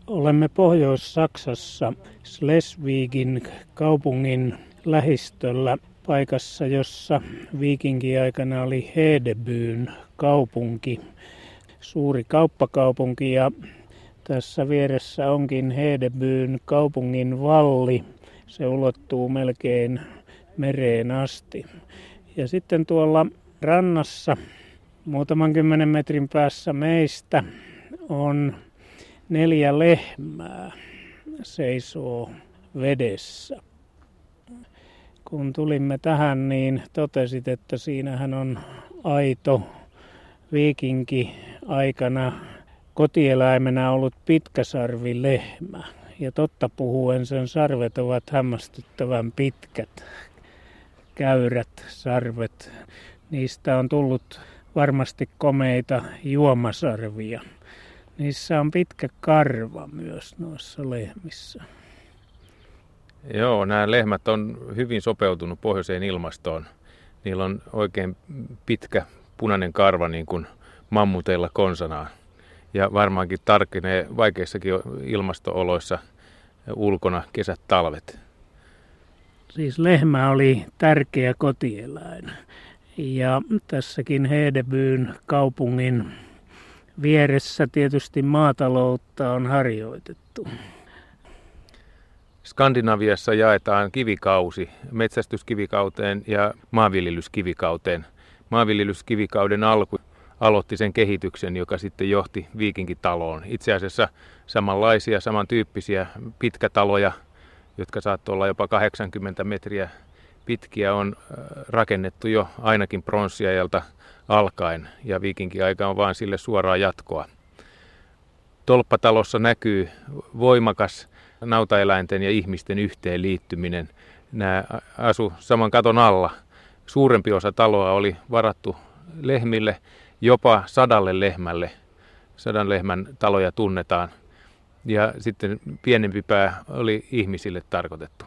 Olemme Pohjois-Saksassa Schleswigin kaupungin lähistöllä paikassa, jossa viikinkiaikana oli Hedebyn kaupunki, suuri kauppakaupunki, ja tässä vieressä onkin Hedebyn kaupungin valli. Se ulottuu melkein mereen asti. Ja sitten tuolla rannassa muutaman 10 metrin päässä meistä on 4 lehmää seisoo vedessä. Kun tulimme tähän, niin totesit, että siinähän on aito viikinki aikana kotieläimenä ollut pitkäsarvilehmä. Ja totta puhuen sen sarvet ovat hämmästyttävän pitkät, käyrät sarvet. Niistä on tullut varmasti komeita juomasarvia. Niissä on pitkä karva myös noissa lehmissä. Joo, nämä lehmät on hyvin sopeutunut pohjoiseen ilmastoon. Niillä on oikein pitkä punainen karva niin kuin mammuteilla konsanaan. Ja varmaankin tarkenee vaikeissakin ilmasto-oloissa ulkona kesät, talvet. Siis lehmä oli tärkeä kotieläin. Ja tässäkin Hedebyn kaupungin vieressä tietysti maataloutta on harjoitettu. Skandinaviassa jaetaan kivikausi metsästyskivikauteen ja maanviljelyskivikauteen. Maanviljelyskivikauden alku aloitti sen kehityksen, joka sitten johti viikinkitaloon. Itse asiassa samanlaisia, samantyyppisiä pitkätaloja, jotka saattoi olla jopa 80 metriä pitkiä, on rakennettu jo ainakin pronssiajalta alkaen, ja viikinkiaika on vain sille suoraa jatkoa. Tolppatalossa näkyy voimakas nautaeläinten ja ihmisten yhteenliittyminen. Nämä asu saman katon alla. Suurempi osa taloa oli varattu lehmille, jopa 100 lehmälle. 100 lehmän taloja tunnetaan. Ja sitten pienempi pää oli ihmisille tarkoitettu.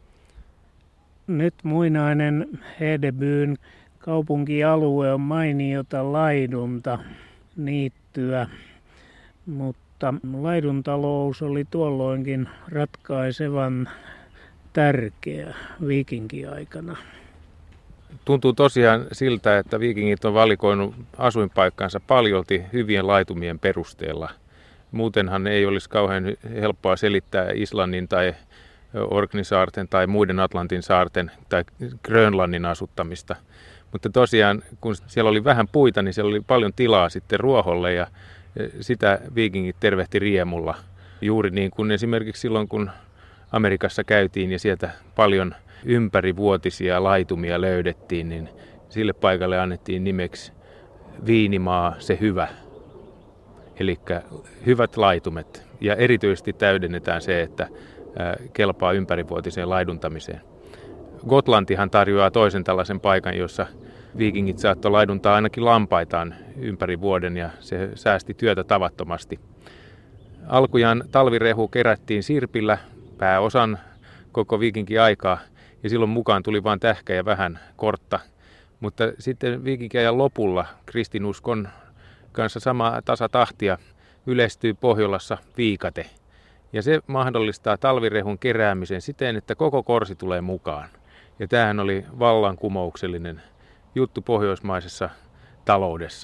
Nyt muinainen Hedebyn kaupunkialue on mainiota laidunta, niittyä, mutta laiduntalous oli tuolloinkin ratkaisevan tärkeä viikinkiaikana. Tuntuu tosiaan siltä, että viikingit on valikoinut asuinpaikkansa paljolti hyvien laitumien perusteella. Muutenhan ei olisi kauhean helppoa selittää Islannin tai Orkneysaarten tai muiden Atlantin saarten tai Grönlannin asuttamista. Mutta tosiaan, kun siellä oli vähän puita, niin siellä oli paljon tilaa sitten ruoholle, ja sitä viikingit tervehti riemulla. Juuri niin kuin esimerkiksi silloin, kun Amerikassa käytiin ja sieltä paljon ympärivuotisia laitumia löydettiin, niin sille paikalle annettiin nimeksi Viinimaa se hyvä. Eli hyvät laitumet. Ja erityisesti täydennetään se, että kelpaa ympärivuotiseen laiduntamiseen. Gotlantihan tarjoaa toisen tällaisen paikan, jossa viikingit saattoi laiduntaa ainakin lampaitaan ympäri vuoden, ja se säästi työtä tavattomasti. Alkujaan talvirehu kerättiin sirpillä pääosan koko viikinkiaikaa, ja silloin mukaan tuli vain tähkä ja vähän kortta. Mutta sitten viikinkiajan lopulla kristinuskon kanssa samaa tasatahtia yleistyy Pohjolassa viikate. Ja se mahdollistaa talvirehun keräämisen siten, että koko korsi tulee mukaan. Ja tämähän oli vallankumouksellinen juttu pohjoismaisessa taloudessa.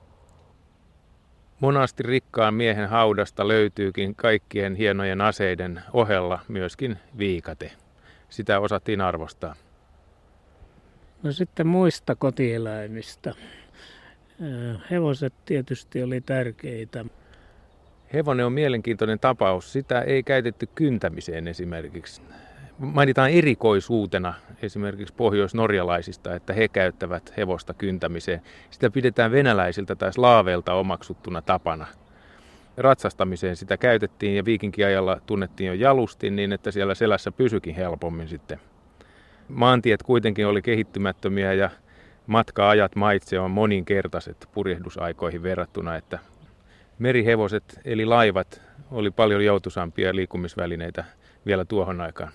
Monasti rikkaan miehen haudasta löytyykin kaikkien hienojen aseiden ohella myöskin viikate. Sitä osattiin arvostaa. No sitten muista kotieläimistä. Hevoset tietysti oli tärkeitä. Hevonen on mielenkiintoinen tapaus. Sitä ei käytetty kyntämiseen esimerkiksi. Mainitaan erikoisuutena esimerkiksi pohjoisnorjalaisista, että he käyttävät hevosta kyntämiseen. Sitä pidetään venäläisiltä tai slaaveilta omaksuttuna tapana. Ratsastamiseen sitä käytettiin, ja viikinkiajalla tunnettiin jo jalustin niin, että siellä selässä pysyikin helpommin sitten. Maantiet kuitenkin oli kehittymättömiä, ja matka-ajat maitse on moninkertaiset purjehdusaikoihin verrattuna, että merihevoset eli laivat oli paljon joutuisampia liikkumisvälineitä vielä tuohon aikaan.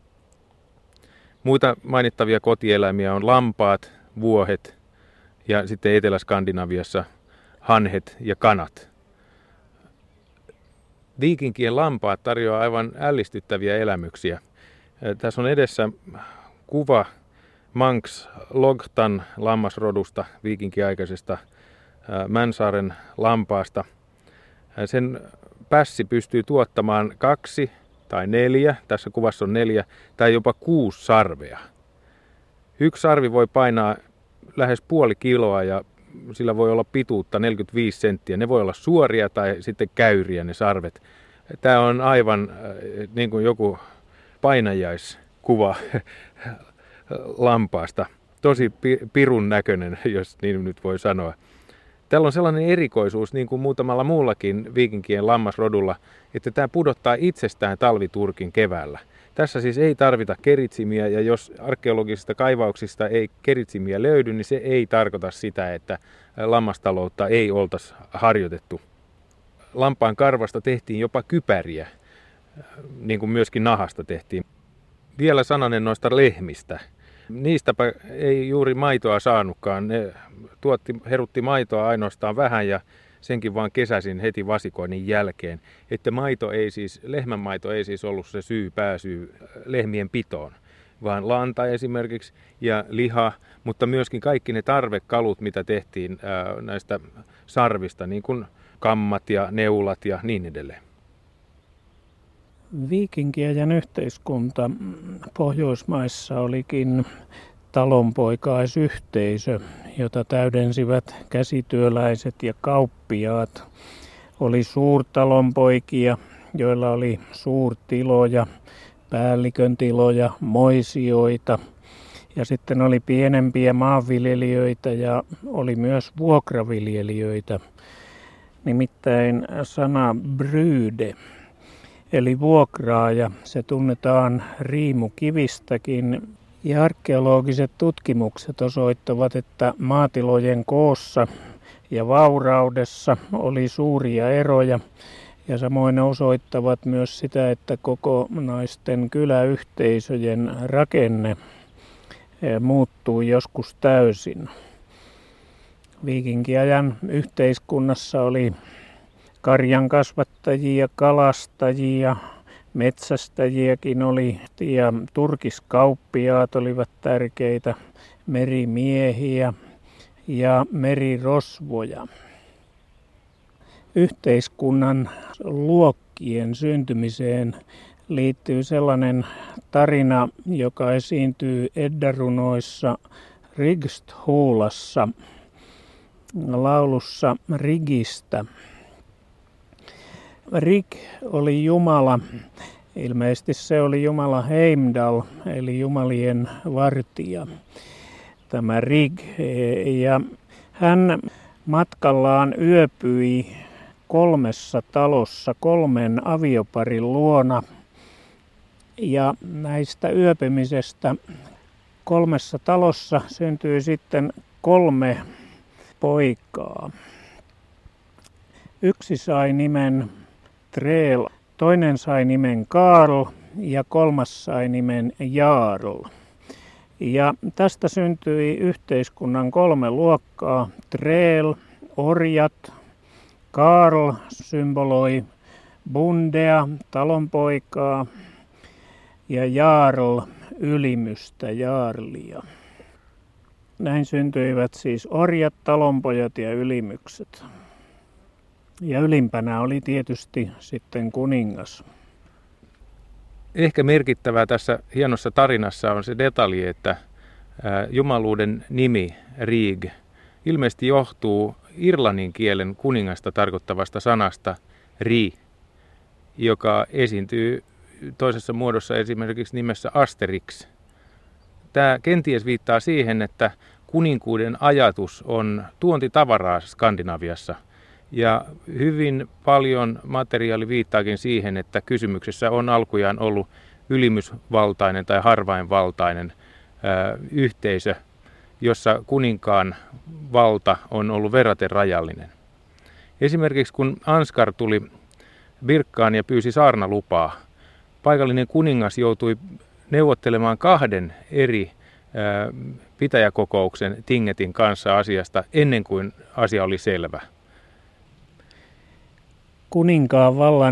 Muita mainittavia kotieläimiä on lampaat, vuohet ja sitten Etelä-Skandinaviassa hanhet ja kanat. Viikinkien lampaat tarjoaa aivan ällistyttäviä elämyksiä. Tässä on edessä kuva Manx Logtan lammasrodusta, viikinkiaikaisesta Mänsaaren lampaasta. Sen pässi pystyy tuottamaan 2 tai 4, tässä kuvassa on 4, tai jopa 6 sarvea. Yksi sarvi voi painaa lähes puoli kiloa ja sillä voi olla pituutta 45 senttiä. Ne voi olla suoria tai sitten käyriä ne sarvet. Tämä on aivan niin kuin joku painajaiskuva lampaasta. Tosi pirun näköinen, jos niin nyt voi sanoa. Tällä on sellainen erikoisuus, niin kuin muutamalla muullakin viikinkien lammasrodulla, että tämä pudottaa itsestään talviturkin keväällä. Tässä siis ei tarvita keritsimiä, ja jos arkeologisista kaivauksista ei keritsimiä löydy, niin se ei tarkoita sitä, että lammastaloutta ei oltaisi harjoitettu. Lampaan karvasta tehtiin jopa kypäriä, niin kuin myöskin nahasta tehtiin. Vielä sananen noista lehmistä. Niistäpä ei juuri maitoa saanutkaan. Ne herutti maitoa ainoastaan vähän ja senkin vaan kesäsin heti vasikoinnin jälkeen. Että lehmänmaito ei siis ollut se pääsyy lehmien pitoon, vaan lanta esimerkiksi ja liha, mutta myöskin kaikki ne tarvekalut, mitä tehtiin näistä sarvista, niin kuin kammat ja neulat ja niin edelleen. Viikinkiajan yhteiskunta Pohjoismaissa olikin talonpoikaisyhteisö, jota täydensivät käsityöläiset ja kauppiaat. Oli suurtalonpoikia, joilla oli suurtiloja, päällikön tiloja, moisioita. Ja sitten oli pienempiä maanviljelijöitä ja oli myös vuokraviljelijöitä. Nimittäin sana bryde, eli vuokraaja, se tunnetaan riimukivistäkin. Ja arkeologiset tutkimukset osoittavat, että maatilojen koossa ja vauraudessa oli suuria eroja. Ja samoin ne osoittavat myös sitä, että kokonaisten kyläyhteisöjen rakenne muuttui joskus täysin. Viikinkiajan yhteiskunnassa oli karjankasvattajia, kalastajia, metsästäjiäkin oli ja turkiskauppiaat olivat tärkeitä, merimiehiä ja merirosvoja. Yhteiskunnan luokkien syntymiseen liittyy sellainen tarina, joka esiintyy Eddarunoissa Rigsthulassa, laulussa Rigistä. Rig oli jumala, ilmeisesti se oli jumala Heimdall, eli jumalien vartija, tämä Rig. Ja hän matkallaan yöpyi 3 talossa 3 avioparin luona. Ja näistä yöpymisestä 3 talossa syntyi sitten 3 poikaa. Yksi sai nimen Treel, toinen sai nimen Karl ja 3 sai nimen Jarl. Ja tästä syntyi yhteiskunnan 3 luokkaa. Treel, orjat, Karl symboloi bundea, talonpoikaa, ja Jarl, ylimystä, jaarlia. Näin syntyivät siis orjat, talonpojat ja ylimykset. Ja ylimpänä oli tietysti sitten kuningas. Ehkä merkittävää tässä hienossa tarinassa on se detalji, että jumaluuden nimi Rig ilmeisesti johtuu irlannin kielen kuningasta tarkoittavasta sanasta ri, joka esiintyy toisessa muodossa esimerkiksi nimessä Asterix. Tämä kenties viittaa siihen, että kuninkuuden ajatus on tuontitavaraa Skandinaviassa. Ja hyvin paljon materiaali viittaakin siihen, että kysymyksessä on alkujaan ollut ylimysvaltainen tai harvainvaltainen yhteisö, jossa kuninkaan valta on ollut verraten rajallinen. Esimerkiksi kun Anskar tuli Birkkaan ja pyysi saarnalupaa, paikallinen kuningas joutui neuvottelemaan 2 eri pitäjäkokouksen Tingetin kanssa asiasta ennen kuin asia oli selvä. Kuninkaan vallan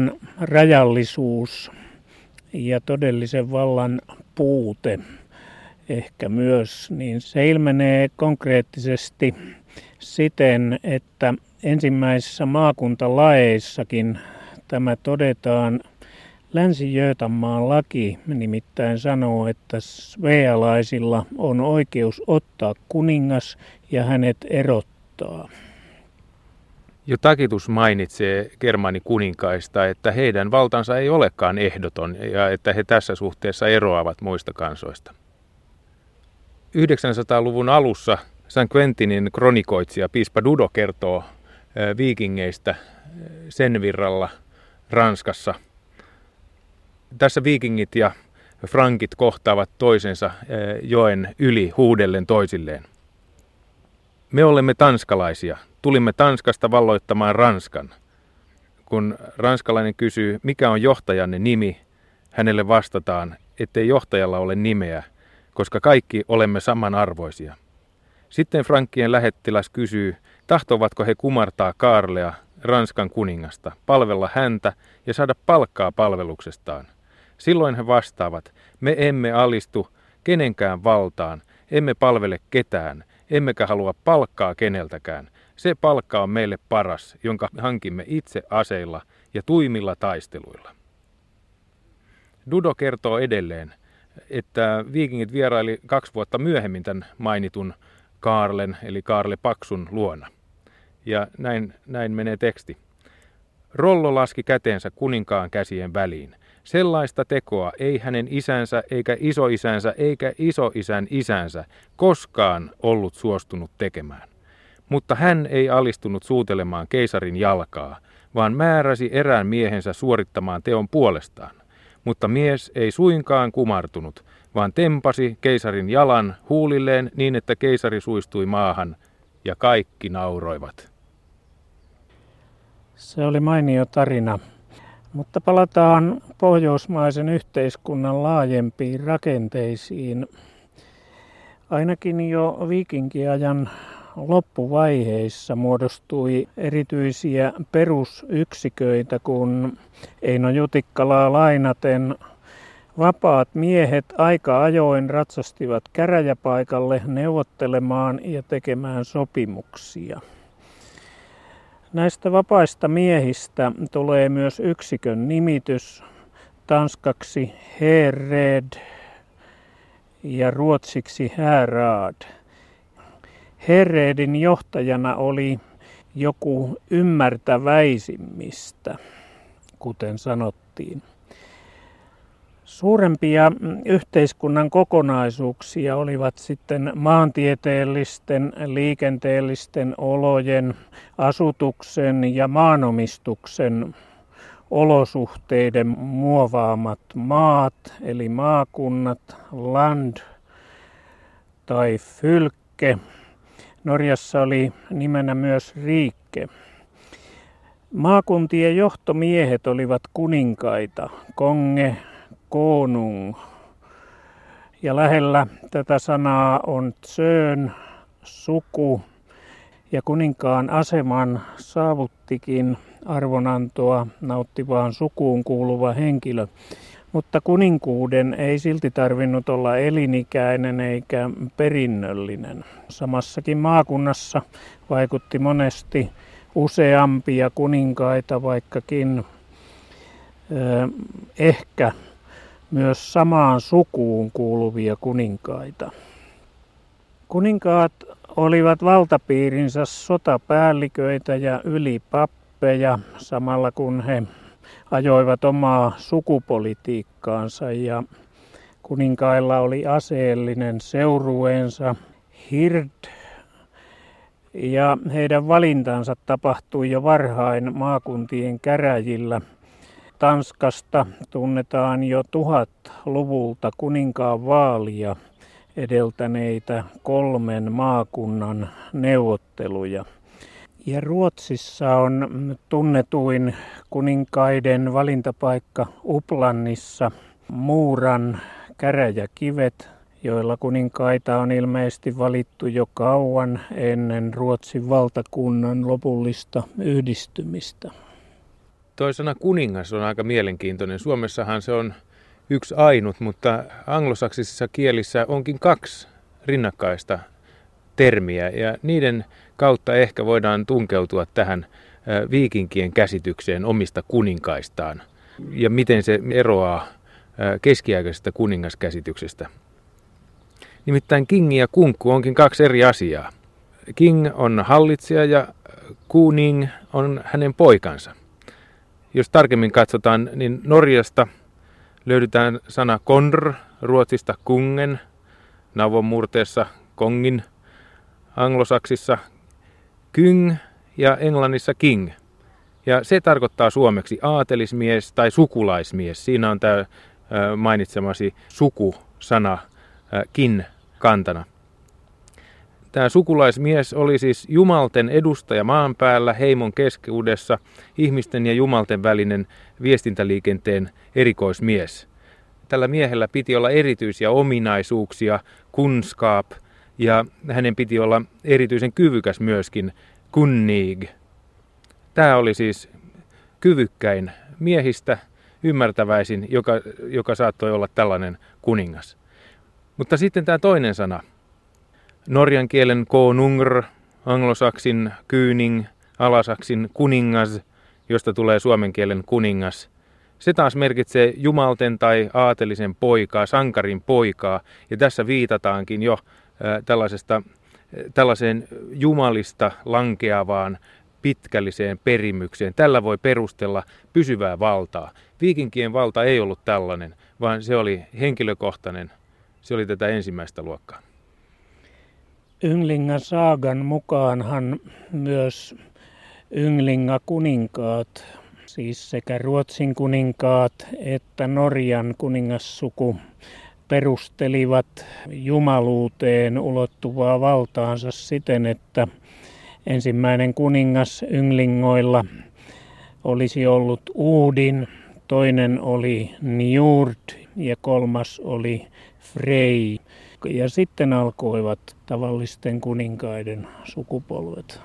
rajallisuus ja todellisen vallan puute ehkä myös, niin se ilmenee konkreettisesti siten, että ensimmäisissä maakuntalaeissakin tämä todetaan. Länsi-Götamaan laki nimittäin sanoo, että svealaisilla on oikeus ottaa kuningas ja hänet erottaa. Jo Tacitus mainitsee germaanikuninkaista, että heidän valtansa ei olekaan ehdoton ja että he tässä suhteessa eroavat muista kansoista. 900-luvun alussa San Quentinin kronikoitsija piispa Dudo kertoo viikingeistä sen virralla Ranskassa. Tässä viikingit ja frankit kohtaavat toisensa joen yli huudellen toisilleen. Me olemme tanskalaisia. Tulimme Tanskasta valloittamaan Ranskan. Kun ranskalainen kysyy, mikä on johtajanne nimi, hänelle vastataan, ettei johtajalla ole nimeä, koska kaikki olemme samanarvoisia. Sitten frankkien lähettiläs kysyy, tahtovatko he kumartaa Kaarlea, Ranskan kuningasta, palvella häntä ja saada palkkaa palveluksestaan. Silloin he vastaavat, me emme alistu kenenkään valtaan, emme palvele ketään, emmekä halua palkkaa keneltäkään. Se palkka on meille paras, jonka hankimme itse aseilla ja tuimilla taisteluilla. Dudo kertoo edelleen, että viikingit vieraili 2 vuotta myöhemmin tämän mainitun Kaarlen eli Kaarle Paksun luona. Ja näin menee teksti. Rollo laski käteensä kuninkaan käsien väliin. Sellaista tekoa ei hänen isänsä eikä isoisänsä eikä isoisän isänsä koskaan ollut suostunut tekemään. Mutta hän ei alistunut suutelemaan keisarin jalkaa, vaan määräsi erään miehensä suorittamaan teon puolestaan. Mutta mies ei suinkaan kumartunut, vaan tempasi keisarin jalan huulilleen niin, että keisari suistui maahan ja kaikki nauroivat. Se oli mainio tarina. Mutta palataan pohjoismaisen yhteiskunnan laajempiin rakenteisiin. Ainakin jo viikinkiajan loppuvaiheissa muodostui erityisiä perusyksiköitä, kun Eino Jutikkalaa lainaten vapaat miehet aika ajoin ratsastivat käräjäpaikalle neuvottelemaan ja tekemään sopimuksia. Näistä vapaista miehistä tulee myös yksikön nimitys, tanskaksi herred ja ruotsiksi härad. Herredin johtajana oli joku ymmärtäväisimmistä, kuten sanottiin. Suurempia yhteiskunnan kokonaisuuksia olivat sitten maantieteellisten, liikenteellisten olojen, asutuksen ja maanomistuksen olosuhteiden muovaamat maat, eli maakunnat, land tai fylke. Norjassa oli nimenä myös riike. Maakuntien johtomiehet olivat kuninkaita, konge, konung. Ja lähellä tätä sanaa on tsön, suku, ja kuninkaan aseman saavuttikin arvonantoa nauttivaan sukuun kuuluva henkilö. Mutta kuninkuuden ei silti tarvinnut olla elinikäinen eikä perinnöllinen. Samassakin maakunnassa vaikutti monesti useampia kuninkaita, vaikkakin ehkä myös samaan sukuun kuuluvia kuninkaita. Kuninkaat olivat valtapiirinsä sotapäälliköitä ja ylipappeja, samalla kun he ajoivat omaa sukupolitiikkaansa, ja kuninkailla oli aseellinen seurueensa hird, ja heidän valintansa tapahtui jo varhain maakuntien käräjillä. Tanskasta tunnetaan jo 1000-luvulta kuninkaan vaalia edeltäneitä 3 maakunnan neuvotteluja. Ja Ruotsissa on tunnetuin kuninkaiden valintapaikka Uplannissa Muuran käräjäkivet, joilla kuninkaita on ilmeisesti valittu jo kauan ennen Ruotsin valtakunnan lopullista yhdistymistä. Toi sana kuningas on aika mielenkiintoinen. Suomessahan se on yksi ainut, mutta anglosaksisissa kielissä onkin kaksi rinnakkaista termiä ja niiden kautta ehkä voidaan tunkeutua tähän viikinkien käsitykseen omista kuninkaistaan ja miten se eroaa keskiaikaisesta kuningaskäsityksestä. Nimittäin king ja kunkku onkin kaksi eri asiaa. King on hallitsija ja kuning on hänen poikansa. Jos tarkemmin katsotaan, niin Norjasta löydetään sana konr, Ruotsista kungen, Nauvon murteessa kongin, anglosaksissa kyng ja englannissa king. Ja se tarkoittaa suomeksi aatelismies tai sukulaismies. Siinä on tämä mainitsemasi sukusana kin kantana. Tämä sukulaismies oli siis jumalten edustaja maan päällä, heimon keskeudessa, ihmisten ja jumalten välinen viestintäliikenteen erikoismies. Tällä miehellä piti olla erityisiä ominaisuuksia, kunskap, ja hänen piti olla erityisen kyvykäs myöskin, kunnig. Tämä oli siis kyvykkäin miehistä, ymmärtäväisin, joka saattoi olla tällainen kuningas. Mutta sitten tämä toinen sana. Norjan kielen konungr, anglosaksin kyyning, alasaksin kuningas, josta tulee suomen kielen kuningas. Se taas merkitsee jumalten tai aatelisen poikaa, sankarin poikaa, ja tässä viitataankin jo tällaiseen jumalista lankeavaan pitkälliseen perimykseen. Tällä voi perustella pysyvää valtaa. Viikinkien valta ei ollut tällainen, vaan se oli henkilökohtainen. Se oli tätä ensimmäistä luokkaa. Ynglinga saagan mukaanhan myös Ynglinga kuninkaat, siis sekä Ruotsin kuninkaat että Norjan kuningassuku, perustelivat jumaluuteen ulottuvaa valtaansa siten, että ensimmäinen kuningas Ynglingoilla olisi ollut Uudin, toinen oli Njord ja kolmas oli Frey. Ja sitten alkoivat tavallisten kuninkaiden sukupolvet.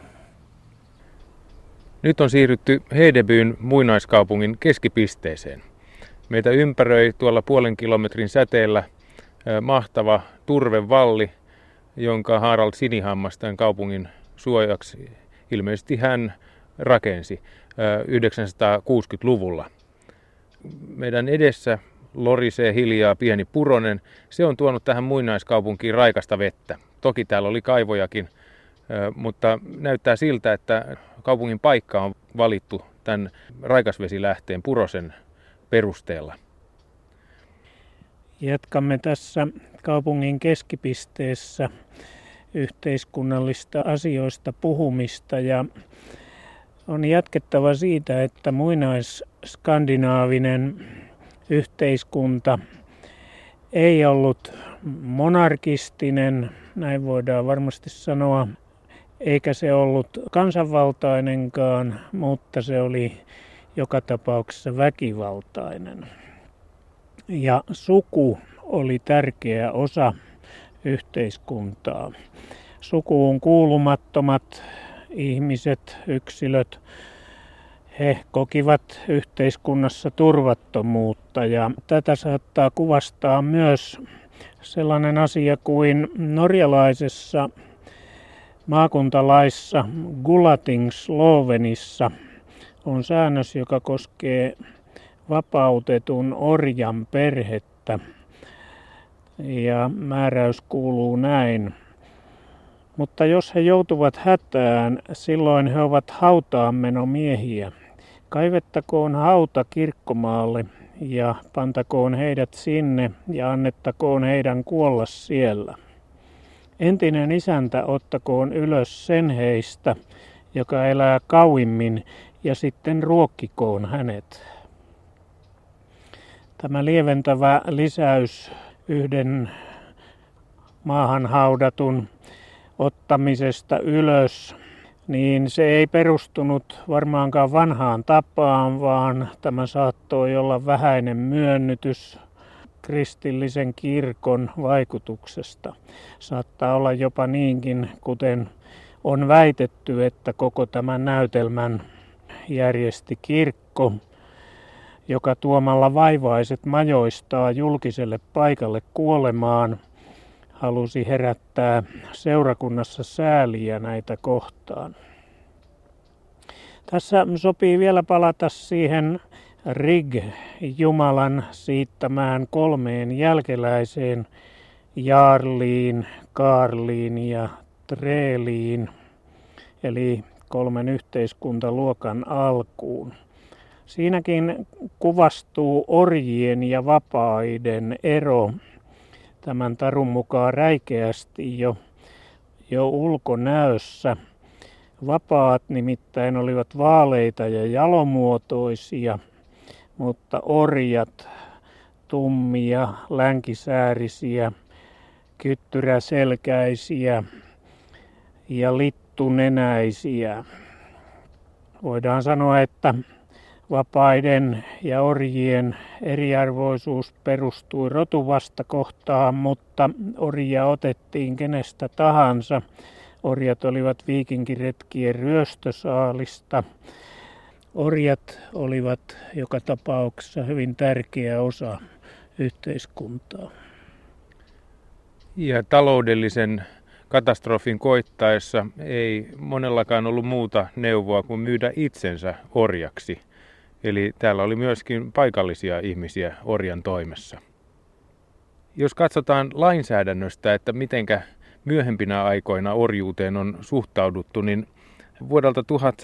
Nyt on siirrytty Hedebyn muinaiskaupungin keskipisteeseen. Meitä ympäröi tuolla 0,5 kilometrin säteellä mahtava turvevalli, jonka Harald Sinihammas tämän kaupungin suojaksi ilmeisesti hän rakensi 960-luvulla. Meidän edessä lorisee hiljaa pieni puronen. Se on tuonut tähän muinaiskaupunkiin raikasta vettä. Toki täällä oli kaivojakin, mutta näyttää siltä, että kaupungin paikka on valittu tämän raikasvesilähteen purosen perusteella. Jatkamme tässä kaupungin keskipisteessä yhteiskunnallista asioista puhumista ja on jatkettava siitä, että muinais-skandinaavinen yhteiskunta ei ollut monarkistinen, näin voidaan varmasti sanoa, eikä se ollut kansanvaltainenkaan, mutta se oli joka tapauksessa väkivaltainen. Ja suku oli tärkeä osa yhteiskuntaa. Sukuun kuulumattomat ihmiset, yksilöt, he kokivat yhteiskunnassa turvattomuutta ja tätä saattaa kuvastaa myös sellainen asia kuin norjalaisessa maakuntalaissa Gulatingslovenissa on säännös, joka koskee vapautetun orjan perhettä ja määräys kuuluu näin. Mutta jos he joutuvat hätään, silloin he ovat hautaanmenomiehiä. Kaivettakoon hauta kirkkomaalle ja pantakoon heidät sinne ja annettakoon heidän kuolla siellä. Entinen isäntä ottakoon ylös sen heistä, joka elää kauimmin, ja sitten ruokkikoon hänet. Tämä lieventävä lisäys yhden maahan haudatun ottamisesta ylös, niin se ei perustunut varmaankaan vanhaan tapaan, vaan tämä saattoi olla vähäinen myönnytys kristillisen kirkon vaikutuksesta. Saattaa olla jopa niinkin, kuten on väitetty, että koko tämän näytelmän järjesti kirkko. kirkko, joka tuomalla vaivaiset majoistaa julkiselle paikalle kuolemaan, halusi herättää seurakunnassa sääliä näitä kohtaan. Tässä sopii vielä palata siihen Rig-Jumalan siittämään 3 jälkeläiseen, Jaarliin, Kaarliin ja Treeliin, eli 3 yhteiskuntaluokan alkuun. Siinäkin kuvastuu orjien ja vapaiden ero tämän tarun mukaan räikeästi jo ulkonäössä. Vapaat nimittäin olivat vaaleita ja jalomuotoisia, mutta orjat tummia, länkisäärisiä, kyttyräselkäisiä ja littunenäisiä. Voidaan sanoa, että vapaiden ja orjien eriarvoisuus perustui rotuvastakohtaan, mutta orjia otettiin kenestä tahansa. Orjat olivat viikinkiretkien ryöstösaalista. Orjat olivat joka tapauksessa hyvin tärkeä osa yhteiskuntaa. Ja taloudellisen katastrofin koittaessa ei monellakaan ollut muuta neuvoa kuin myydä itsensä orjaksi. Eli täällä oli myöskin paikallisia ihmisiä orjan toimessa. Jos katsotaan lainsäädännöstä, että mitenkä myöhempinä aikoina orjuuteen on suhtauduttu, niin vuodelta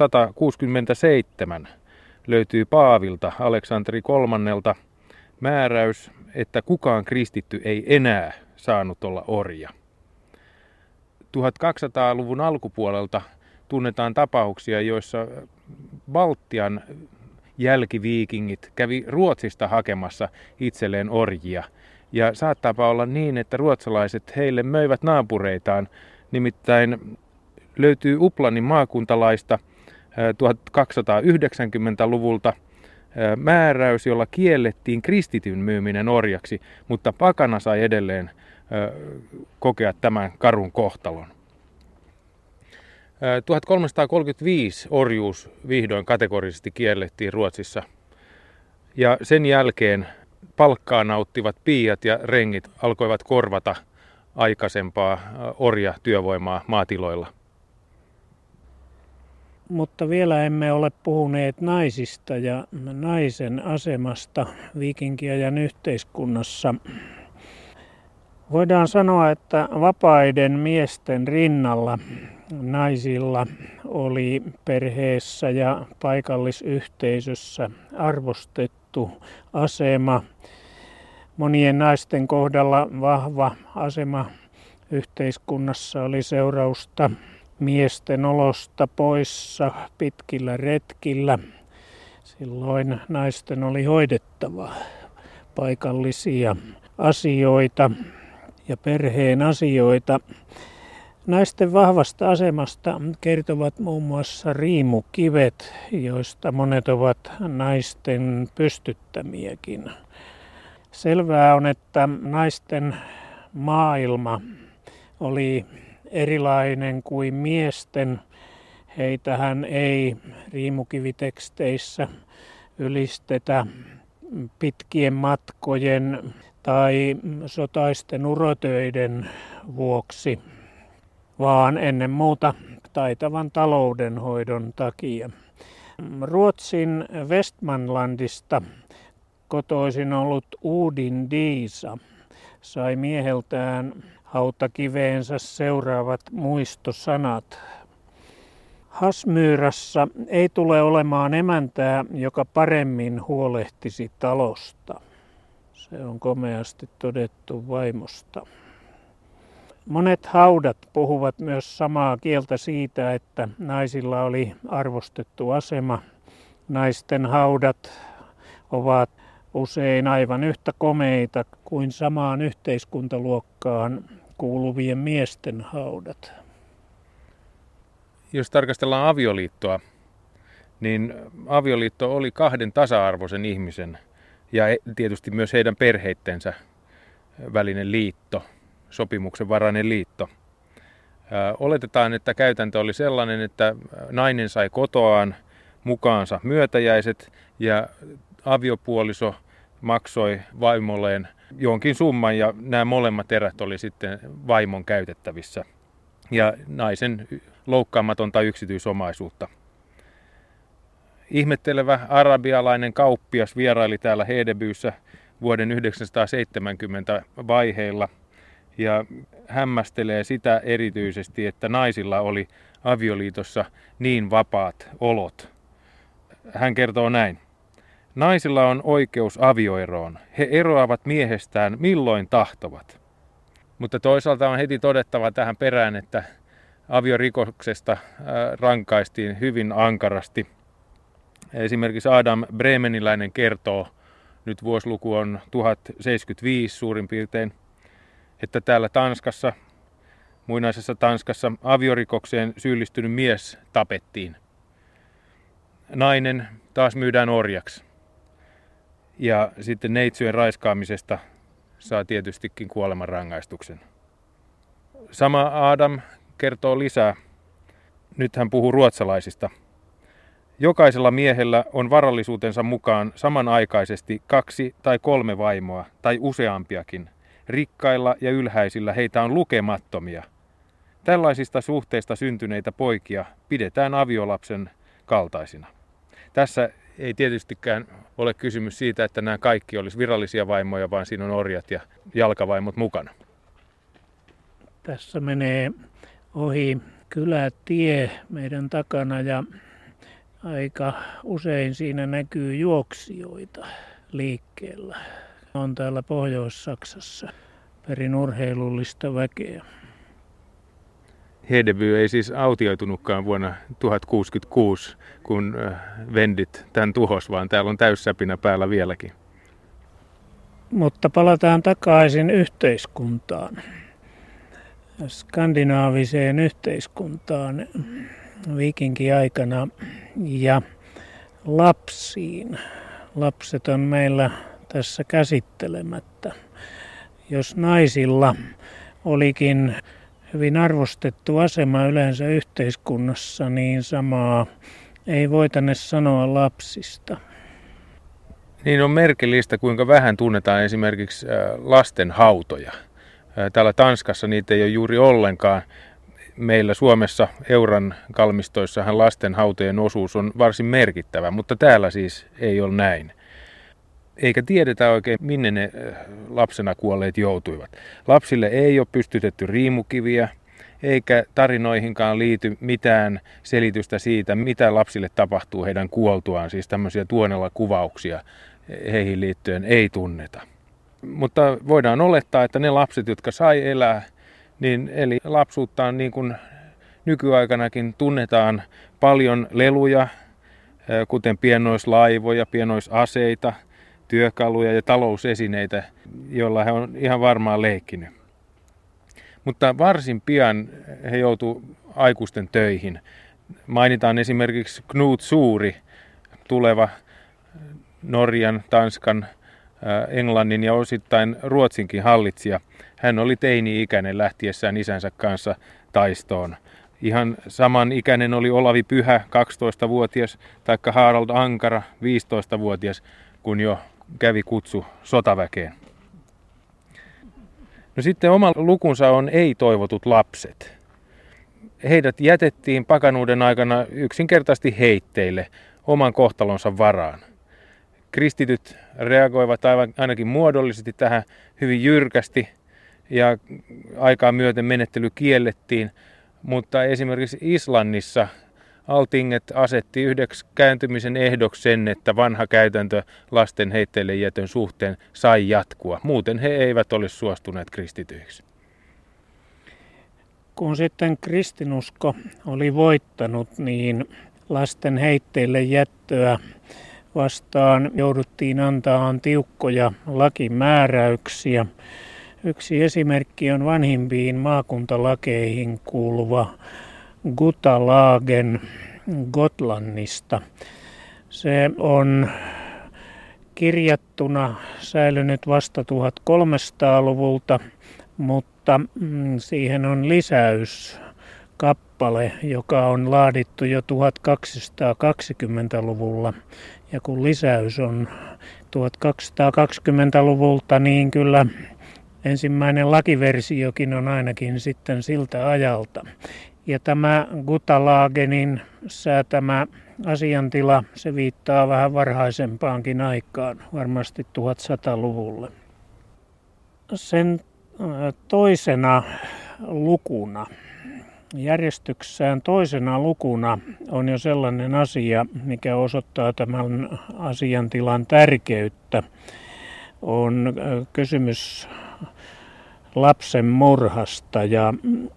1167 löytyy Paavilta Aleksanteri III määräys, että kukaan kristitty ei enää saanut olla orja. 1200-luvun alkupuolelta tunnetaan tapauksia, joissa Baltian jälkiviikingit kävi Ruotsista hakemassa itselleen orjia. Ja saattaapa olla niin, että ruotsalaiset heille möivät naapureitaan. Nimittäin löytyy Uplanin maakuntalaista 1290-luvulta määräys, jolla kiellettiin kristityn myyminen orjaksi, mutta pakana sai edelleen kokea tämän karun kohtalon. 1335 orjuus vihdoin kategorisesti kiellettiin Ruotsissa ja sen jälkeen palkkaa nauttivat piiat ja rengit alkoivat korvata aikaisempaa orjatyövoimaa maatiloilla. Mutta vielä emme ole puhuneet naisista ja naisen asemasta viikinkiajan yhteiskunnassa. Voidaan sanoa, että vapaiden miesten rinnalla naisilla oli perheessä ja paikallisyhteisössä arvostettu asema. Monien naisten kohdalla vahva asema yhteiskunnassa oli seurausta miesten olosta poissa pitkillä retkillä. Silloin naisten oli hoidettava paikallisia asioita ja perheen asioita. Naisten vahvasta asemasta kertovat muun muassa riimukivet, joista monet ovat naisten pystyttämiäkin. Selvää on, että naisten maailma oli erilainen kuin miesten. Heitähän ei riimukiviteksteissä ylistetä pitkien matkojen tai sotaisten urotöiden vuoksi, vaan ennen muuta taitavan taloudenhoidon takia. Ruotsin Westmanlandista kotoisin ollut Uudin Diisa sai mieheltään hautakiveensä seuraavat muistosanat. Hasmyyrassa ei tule olemaan emäntää, joka paremmin huolehtisi talosta. Se on komeasti todettu vaimosta. Monet haudat puhuvat myös samaa kieltä siitä, että naisilla oli arvostettu asema. Naisten haudat ovat usein aivan yhtä komeita kuin samaan yhteiskuntaluokkaan kuuluvien miesten haudat. Jos tarkastellaan avioliittoa, niin avioliitto oli 2 tasa-arvoisen ihmisen ja tietysti myös heidän perheittensä välinen liitto, sopimuksen varainen liitto. Oletetaan, että käytäntö oli sellainen, että nainen sai kotoaan mukaansa myötäjäiset ja aviopuoliso maksoi vaimolleen jonkin summan ja nämä molemmat erät oli sitten vaimon käytettävissä ja naisen loukkaamatonta yksityisomaisuutta. Ihmettelevä arabialainen kauppias vieraili täällä Hedebyssä vuoden 1970 vaiheilla ja hämmästelee sitä erityisesti, että naisilla oli avioliitossa niin vapaat olot. Hän kertoo näin. Naisilla on oikeus avioeroon. He eroavat miehestään milloin tahtovat. Mutta toisaalta on heti todettava tähän perään, että aviorikoksesta rankaistiin hyvin ankarasti. Esimerkiksi Adam Bremeniläinen kertoo, nyt vuosiluku on 1075 suurin piirtein, että täällä Tanskassa, muinaisessa Tanskassa, aviorikokseen syyllistynyt mies tapettiin. Nainen taas myydään orjaksi. Ja sitten neitsyjen raiskaamisesta saa tietystikin kuolemanrangaistuksen. Sama Adam kertoo lisää. Nyt hän puhuu ruotsalaisista. Jokaisella miehellä on varallisuutensa mukaan samanaikaisesti 2 tai 3 vaimoa tai useampiakin. Rikkailla ja ylhäisillä heitä on lukemattomia. Tällaisista suhteista syntyneitä poikia pidetään aviolapsen kaltaisina. Tässä ei tietystikään ole kysymys siitä, että nämä kaikki olisi virallisia vaimoja, vaan siinä on orjat ja jalkavaimot mukana. Tässä menee ohi kylätie meidän takana ja aika usein siinä näkyy juoksijoita liikkeellä. On täällä Pohjois-Saksassa perin urheilullista väkeä. Hedeby ei siis autioitunutkaan vuonna 1066, kun vendit tämän tuhos, vaan täällä on täyssäpinä päällä vieläkin. Mutta palataan takaisin yhteiskuntaan, skandinaaviseen yhteiskuntaan viikinkiaikana ja lapsiin. Lapset on meillä tässä käsittelemättä. Jos naisilla olikin hyvin arvostettu asema yleensä yhteiskunnassa, niin samaa ei voitane sanoa lapsista. Niin on merkillistä, kuinka vähän tunnetaan esimerkiksi lasten hautoja. Täällä Tanskassa niitä ei ole juuri ollenkaan. Meillä Suomessa Euran kalmistoissahan lasten hautojen osuus on varsin merkittävä, mutta täällä siis ei ole näin. Eikä tiedetä oikein, minne ne lapsena kuolleet joutuivat. Lapsille ei ole pystytetty riimukiviä, eikä tarinoihinkaan liity mitään selitystä siitä, mitä lapsille tapahtuu heidän kuoltuaan. Siis tämmöisiä tuonella kuvauksia heihin liittyen ei tunneta. Mutta voidaan olettaa, että ne lapset, jotka sai elää, niin eli lapsuuttaan niin kuin nykyaikanakin tunnetaan paljon leluja, kuten pienoislaivoja, pienoisaseita, työkaluja ja talousesineitä, joilla he on ihan varmaan leikkinyt. Mutta varsin pian he joutuivat aikuisten töihin. Mainitaan esimerkiksi Knut Suuri, tuleva Norjan, Tanskan, Englannin ja osittain Ruotsinkin hallitsija. Hän oli teini-ikäinen lähtiessään isänsä kanssa taistoon. Ihan saman ikäinen oli Olavi Pyhä, 12-vuotias, taikka Harald Ankara, 15-vuotias, kun jo kävi kutsu sotaväkeen. No sitten oma lukunsa on ei-toivotut lapset. Heidät jätettiin pakanuuden aikana yksinkertaisesti heitteille oman kohtalonsa varaan. Kristityt reagoivat ainakin muodollisesti tähän hyvin jyrkästi ja aikaa myöten menettely kiellettiin, mutta esimerkiksi Islannissa Altinget asetti yhdeksi kääntymisen ehdoksi sen, että vanha käytäntö lasten heitteille jätön suhteen sai jatkua. Muuten he eivät olisi suostuneet kristityiksi. Kun sitten kristinusko oli voittanut, niin lasten heitteille jättöä vastaan jouduttiin antamaan tiukkoja lakimääräyksiä. Yksi esimerkki on vanhimpiin maakuntalakeihin kuuluva Gutalagen Gotlannista. Se on kirjattuna säilynyt vasta 1300-luvulta, mutta siihen on lisäys kappale kappale, joka on laadittu jo 1220-luvulla. Ja kun lisäys on 1220-luvulta, niin kyllä ensimmäinen lakiversiokin on ainakin sitten siltä ajalta. Ja tämä Gutalagenin säätämä asiantila, se viittaa vähän varhaisempaankin aikaan, varmasti 1100-luvulle. Sen toisena lukuna, järjestyksessään toisena lukuna on jo sellainen asia, mikä osoittaa tämän asiantilan tärkeyttä. On kysymys lapsen murhasta ja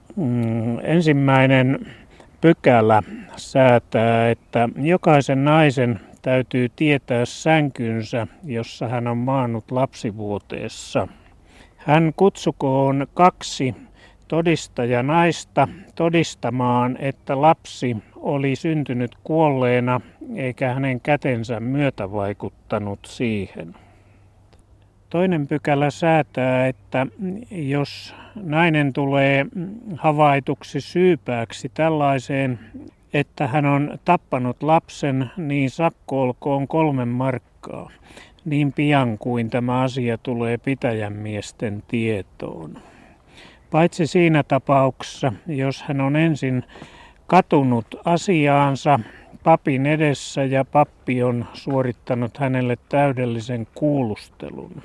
ensimmäinen pykälä säätää, että jokaisen naisen täytyy tietää sänkynsä, jossa hän on maannut lapsivuoteessa. Hän kutsukoon 2 todistajanaista todistamaan, että lapsi oli syntynyt kuolleena eikä hänen kätensä myötävaikuttanut siihen. Toinen pykälä säätää, että jos nainen tulee havaituksi syypääksi tällaiseen, että hän on tappanut lapsen, niin sakko olkoon 3 markkaa niin pian kuin tämä asia tulee pitäjänmiesten tietoon. Paitsi siinä tapauksessa, jos hän on ensin katunut asiaansa papin edessä ja pappi on suorittanut hänelle täydellisen kuulustelun.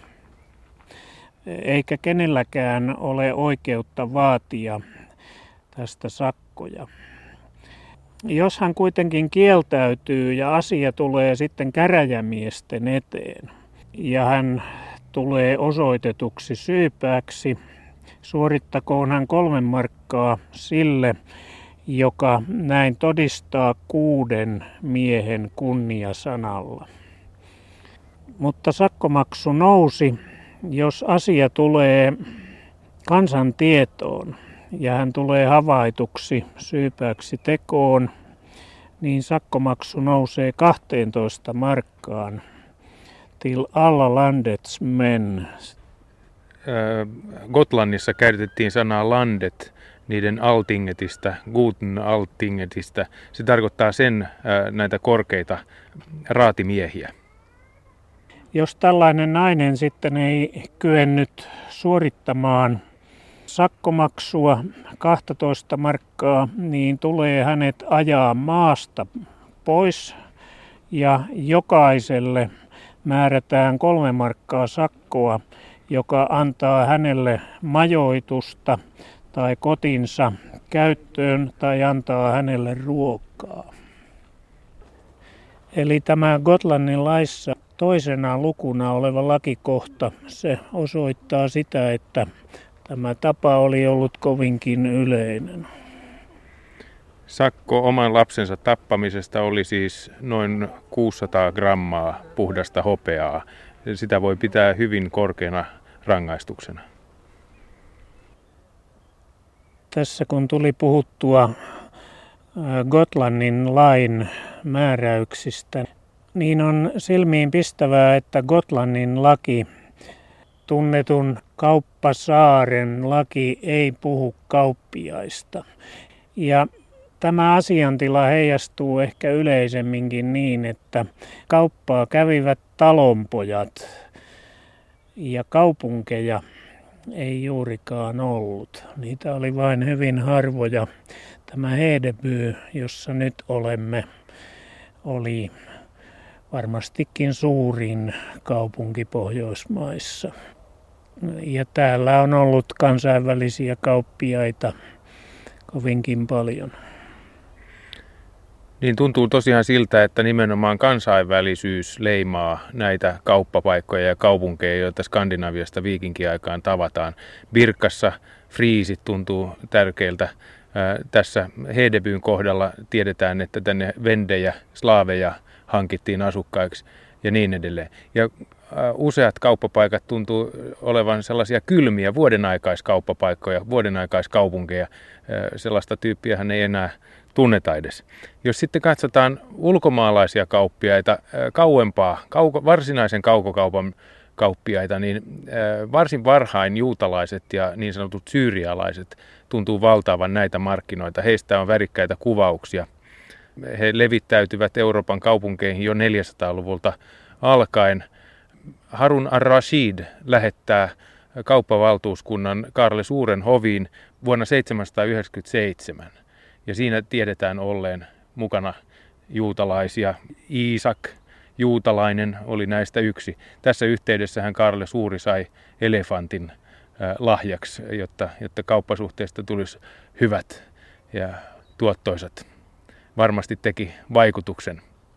Eikä kenelläkään ole oikeutta vaatia tästä sakkoja. Jos hän kuitenkin kieltäytyy ja asia tulee sitten käräjämiesten eteen ja hän tulee osoitetuksi syypääksi, suorittakoon hän 3 markkaa sille, joka näin todistaa 6 miehen kunniasanalla. Mutta sakkomaksu nousi, jos asia tulee kansan tietoon ja hän tulee havaituksi syypääksi tekoon, niin sakkomaksu nousee 12 markkaan till alla landets män. Gotlannissa käytettiin sanaa landet niiden altingetistä, guten altingetistä. Se tarkoittaa näitä korkeita raatimiehiä. Jos tällainen nainen sitten ei kyennyt suorittamaan sakkomaksua 12 markkaa, niin tulee hänet ajaa maasta pois ja jokaiselle määrätään 3 markkaa sakkoa, joka antaa hänelle majoitusta tai kotinsa käyttöön tai antaa hänelle ruokaa. Eli tämä Gotlannin laissa toisena lukuna oleva lakikohta, se osoittaa sitä, että tämä tapa oli ollut kovinkin yleinen. Sakko oman lapsensa tappamisesta oli siis noin 600 grammaa puhdasta hopeaa. Sitä voi pitää hyvin korkeana rangaistuksena. Tässä kun tuli puhuttua Gotlannin lain määräyksistä, niin on silmiin pistävää, että Gotlannin laki, tunnetun kauppasaaren laki, ei puhu kauppiaista. Ja tämä asiantila heijastuu ehkä yleisemminkin niin, että kauppaa kävivät talonpojat ja kaupunkeja ei juurikaan ollut. Niitä oli vain hyvin harvoja. Tämä Hedeby, jossa nyt olemme, oli varmastikin suurin kaupunki Pohjoismaissa. Ja täällä on ollut kansainvälisiä kauppiaita kovinkin paljon. Niin tuntuu tosiaan siltä, että nimenomaan kansainvälisyys leimaa näitä kauppapaikkoja ja kaupunkeja, joita Skandinaviasta viikinkiaikaan tavataan. Birkassa friisit tuntuu tärkeiltä. Tässä Hedebyn kohdalla tiedetään, että tänne vendejä, slaaveja hankittiin asukkaiksi ja niin edelleen. Ja useat kauppapaikat tuntuu olevan sellaisia kylmiä vuodenaikaiskauppapaikkoja, vuodenaikaiskaupunkeja. Sellaista tyyppiähän ei enää tunneta edes. Jos sitten katsotaan ulkomaalaisia kauppiaita kauempaa, varsinaisen kaukokaupan kauppiaita, niin varsin varhain juutalaiset ja niin sanotut syyrialaiset tuntuu valtaavan näitä markkinoita. Heistä on värikkäitä kuvauksia. He levittäytyvät Euroopan kaupunkeihin jo 400-luvulta alkaen. Harun ar-Rashid lähettää kauppavaltuuskunnan Kaarle Suuren hoviin vuonna 797. Ja siinä tiedetään olleen mukana juutalaisia. Iisak, juutalainen, oli näistä yksi. Tässä yhteydessähän Kaarle Suuri sai elefantin lahjaksi, jotta kauppasuhteista tulisi hyvät ja tuottoisat. Varmasti teki vaikutuksen.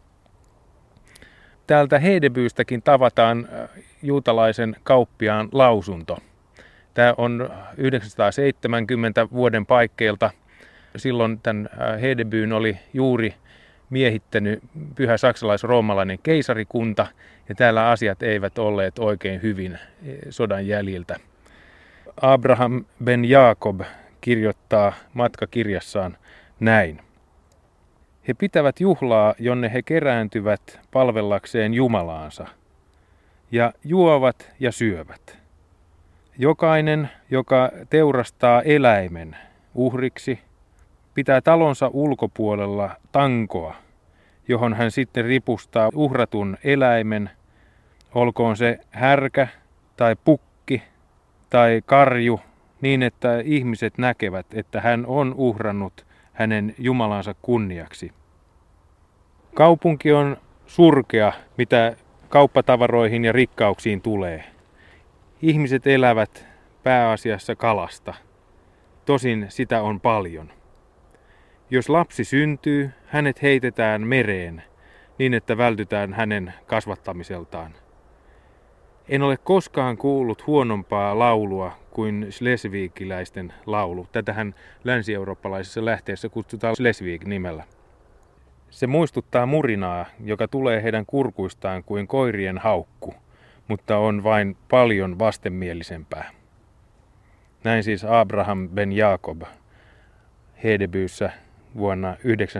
Täältä Hedebyystäkin tavataan juutalaisen kauppiaan lausunto. Tämä on 970 vuoden paikkeilta. Silloin tämän Hedebyyn oli juuri miehittänyt pyhä saksalais-roomalainen keisarikunta, ja täällä asiat eivät olleet oikein hyvin sodan jäljiltä. Abraham ben Jacob kirjoittaa matkakirjassaan näin. He pitävät juhlaa, jonne he kerääntyvät palvellakseen Jumalaansa, ja juovat ja syövät. Jokainen, joka teurastaa eläimen uhriksi, pitää talonsa ulkopuolella tankoa, johon hän sitten ripustaa uhratun eläimen, olkoon se härkä tai pukki tai karju, niin että ihmiset näkevät, että hän on uhrannut hänen Jumalansa kunniaksi. Kaupunki on surkea, mitä kauppatavaroihin ja rikkauksiin tulee. Ihmiset elävät pääasiassa kalasta. Tosin sitä on paljon. Jos lapsi syntyy, hänet heitetään mereen, niin että vältytään hänen kasvattamiseltaan. En ole koskaan kuullut huonompaa laulua kuin schleswigiläisten laulu. Tätähän länsi-eurooppalaisessa lähteessä kutsutaan Schleswig-nimellä. Se muistuttaa murinaa, joka tulee heidän kurkuistaan kuin koirien haukku, mutta on vain paljon vastenmielisempää. Näin siis Abraham ben Jacob Hedebyyssä vuonna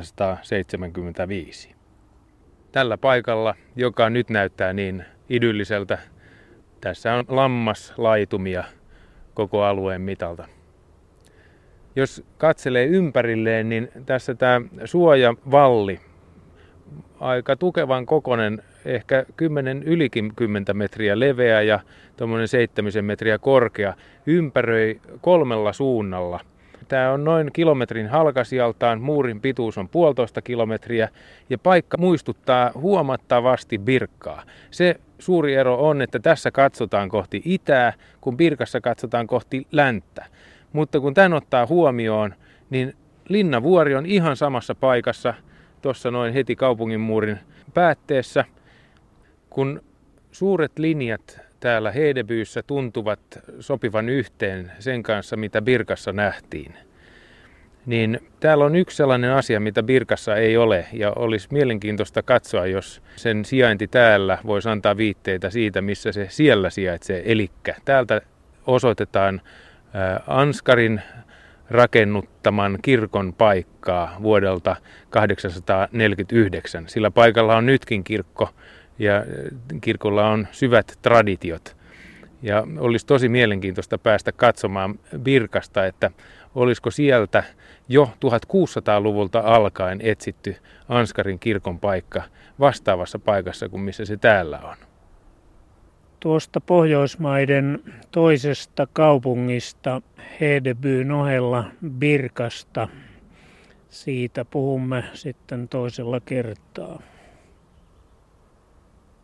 975. Tällä paikalla, joka nyt näyttää niin idylliseltä, tässä on lammaslaitumia koko alueen mitalta. Jos katselee ympärilleen, niin tässä tämä suojavalli, aika tukevan kokoinen, ehkä ylikin 10 metriä leveä ja tuommoinen 7 metriä korkea, ympäröi 3 suunnalla. Tämä on noin kilometrin halkasijaltaan, muurin pituus on 1,5 kilometriä ja paikka muistuttaa huomattavasti Birkkaa. Se suuri ero on, että tässä katsotaan kohti itää, kun Birkassa katsotaan kohti länttä. Mutta kun tämän ottaa huomioon, niin Linnavuori on ihan samassa paikassa, tuossa noin heti kaupungin muurin päätteessä. Kun suuret linjat täällä Hedebyyssä tuntuvat sopivan yhteen sen kanssa, mitä Birkassa nähtiin, niin täällä on yksi sellainen asia, mitä Birkassa ei ole, ja olisi mielenkiintoista katsoa, jos sen sijainti täällä voisi antaa viitteitä siitä, missä se siellä sijaitsee. Eli täältä osoitetaan Anskarin rakennuttaman kirkon paikkaa vuodelta 849. Sillä paikalla on nytkin kirkko ja kirkolla on syvät traditiot. Ja olisi tosi mielenkiintoista päästä katsomaan Birkasta, että olisiko sieltä jo 1600-luvulta alkaen etsitty Anskarin kirkon paikka vastaavassa paikassa kuin missä se täällä on. Tuosta Pohjoismaiden toisesta kaupungista Hedebyn ohella Birkasta, siitä puhumme sitten toisella kertaa.